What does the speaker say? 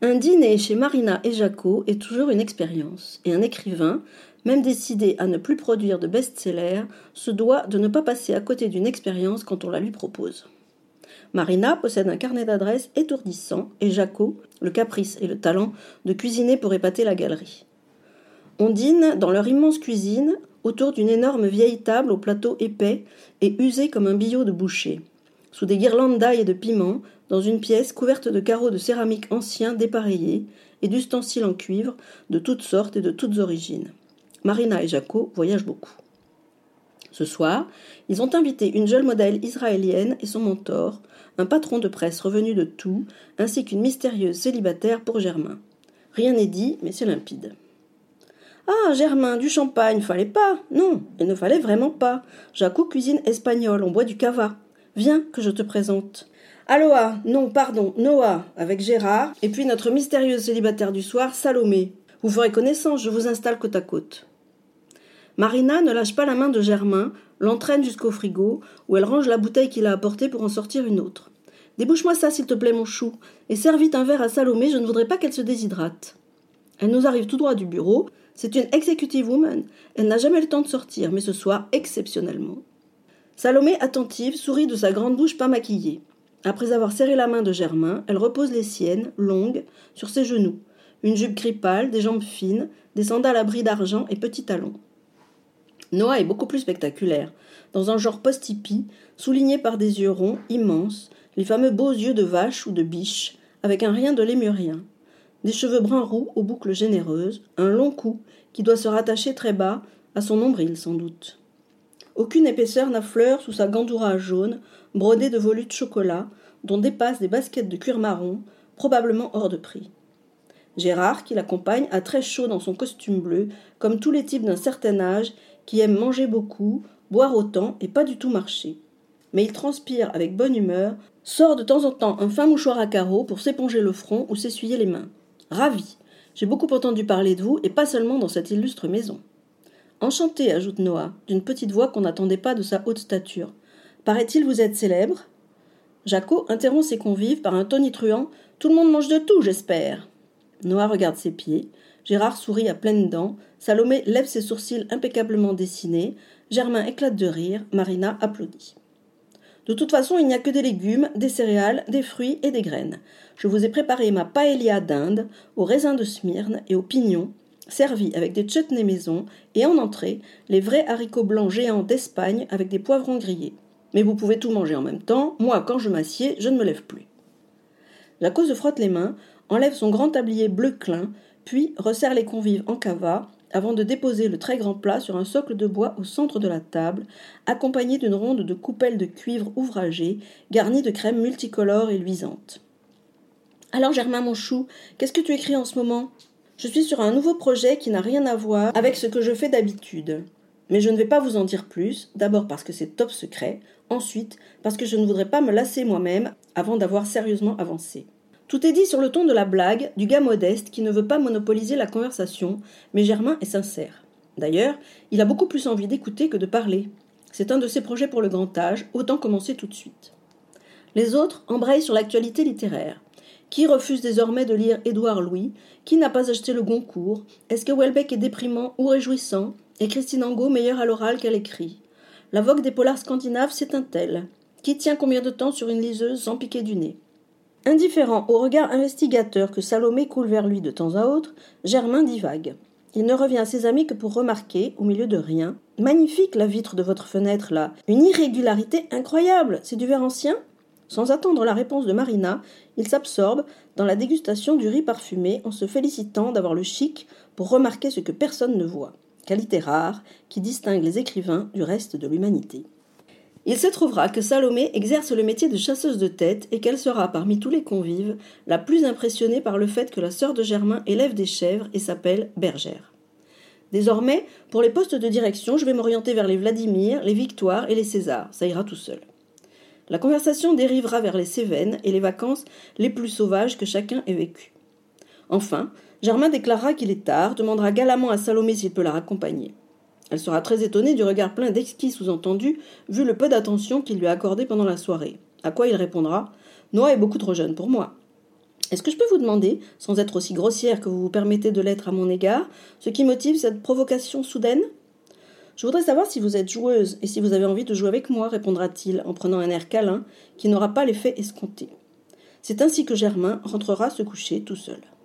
Un dîner chez Marina et Jaco est toujours une expérience, et un écrivain, même décidé à ne plus produire de best-seller, se doit de ne pas passer à côté d'une expérience quand on la lui propose. Marina possède un carnet d'adresses étourdissant, et Jaco, le caprice et le talent de cuisiner pour épater la galerie. On dîne dans leur immense cuisine, autour d'une énorme vieille table au plateau épais et usé comme un billot de boucher, sous des guirlandes d'ail et de piment, dans une pièce couverte de carreaux de céramique anciens dépareillés et d'ustensiles en cuivre de toutes sortes et de toutes origines. Marina et Jaco voyagent beaucoup. Ce soir, ils ont invité une jeune modèle israélienne et son mentor, un patron de presse revenu de tout, ainsi qu'une mystérieuse célibataire pour Germain. Rien n'est dit, mais c'est limpide. « Ah, Germain, du champagne, fallait pas. Non, il ne fallait vraiment pas. Jaco cuisine espagnole, on boit du cava. Viens que je te présente. Aloha, non, pardon, Noah, avec Gérard, et puis notre mystérieuse célibataire du soir, Salomé. Vous ferez connaissance, je vous installe côte à côte. » Marina ne lâche pas la main de Germain, l'entraîne jusqu'au frigo, où elle range la bouteille qu'il a apportée pour en sortir une autre. « Débouche-moi ça, s'il te plaît, mon chou, et serre vite un verre à Salomé, je ne voudrais pas qu'elle se déshydrate. » Elle nous arrive tout droit du bureau, c'est une executive woman, elle n'a jamais le temps de sortir, mais ce soir, exceptionnellement. Salomé, attentive, sourit de sa grande bouche pas maquillée. Après avoir serré la main de Germain, elle repose les siennes, longues, sur ses genoux. Une jupe gris pâle, des jambes fines, des sandales à bris d'argent et petits talons. Noah est beaucoup plus spectaculaire, dans un genre post-hippie, souligné par des yeux ronds, immenses, les fameux beaux yeux de vache ou de biche, avec un rien de lémurien. Des cheveux bruns roux aux boucles généreuses, un long cou qui doit se rattacher très bas, à son nombril sans doute. Aucune épaisseur n'affleure sous sa gandoura jaune, brodée de volutes chocolat, dont dépassent des baskets de cuir marron, probablement hors de prix. Gérard, qui l'accompagne, a très chaud dans son costume bleu, comme tous les types d'un certain âge qui aiment manger beaucoup, boire autant et pas du tout marcher. Mais il transpire avec bonne humeur, sort de temps en temps un fin mouchoir à carreaux pour s'éponger le front ou s'essuyer les mains. Ravi, j'ai beaucoup entendu parler de vous et pas seulement dans cette illustre maison. Enchanté, ajoute Noah, d'une petite voix qu'on n'attendait pas de sa haute stature. Paraît-il vous êtes célèbre ? Jaco interrompt ses convives par un tonitruant. Tout le monde mange de tout, j'espère. Noah regarde ses pieds. Gérard sourit à pleines dents. Salomé lève ses sourcils impeccablement dessinés. Germain éclate de rire. Marina applaudit. De toute façon, il n'y a que des légumes, des céréales, des fruits et des graines. Je vous ai préparé ma paella d'Inde, aux raisins de Smyrne et aux pignons, servie avec des chutneys maison, et en entrée, les vrais haricots blancs géants d'Espagne avec des poivrons grillés. Mais vous pouvez tout manger en même temps, moi, quand je m'assieds, je ne me lève plus. Jaco se frotte les mains, enlève son grand tablier bleu clin, puis resserre les convives en cava, avant de déposer le très grand plat sur un socle de bois au centre de la table, accompagné d'une ronde de coupelles de cuivre ouvragées, garnie de crème multicolore et luisante. « Alors Germain, mon chou, qu'est-ce que tu écris en ce moment ? Je suis sur un nouveau projet qui n'a rien à voir avec ce que je fais d'habitude. Mais je ne vais pas vous en dire plus, d'abord parce que c'est top secret, ensuite parce que je ne voudrais pas me lasser moi-même avant d'avoir sérieusement avancé. Tout est dit sur le ton de la blague, du gars modeste qui ne veut pas monopoliser la conversation, mais Germain est sincère. D'ailleurs, il a beaucoup plus envie d'écouter que de parler. C'est un de ses projets pour le grand âge, autant commencer tout de suite. Les autres embrayent sur l'actualité littéraire. Qui refuse désormais de lire Édouard Louis ? Qui n'a pas acheté le Goncourt ? Est-ce que Houellebecq est déprimant ou réjouissant ? Et Christine Angot meilleure à l'oral qu'à l'écrit ? La vogue des polars scandinaves s'éteint-elle ? Qui tient combien de temps sur une liseuse sans piquer du nez ? Indifférent au regard investigateur que Salomé coule vers lui de temps à autre, Germain divague. Il ne revient à ses amis que pour remarquer, au milieu de rien, « Magnifique la vitre de votre fenêtre là, une irrégularité incroyable, c'est du verre ancien ?» Sans attendre la réponse de Marina, il s'absorbe dans la dégustation du riz parfumé en se félicitant d'avoir le chic pour remarquer ce que personne ne voit. Qualité rare qui distingue les écrivains du reste de l'humanité. Il se trouvera que Salomé exerce le métier de chasseuse de tête et qu'elle sera, parmi tous les convives, la plus impressionnée par le fait que la sœur de Germain élève des chèvres et s'appelle Bergère. Désormais, pour les postes de direction, je vais m'orienter vers les Vladimir, les Victoire et les César. Ça ira tout seul. La conversation dérivera vers les Cévennes et les vacances les plus sauvages que chacun ait vécues. Enfin, Germain déclarera qu'il est tard, demandera galamment à Salomé s'il peut la raccompagner. Elle sera très étonnée du regard plein d'exquis sous-entendus, vu le peu d'attention qu'il lui a accordé pendant la soirée. À quoi il répondra « Noah est beaucoup trop jeune pour moi ». Est-ce que je peux vous demander, sans être aussi grossière que vous vous permettez de l'être à mon égard, ce qui motive cette provocation soudaine ? Je voudrais savoir si vous êtes joueuse et si vous avez envie de jouer avec moi, répondra-t-il en prenant un air câlin qui n'aura pas l'effet escompté. C'est ainsi que Germain rentrera se coucher tout seul.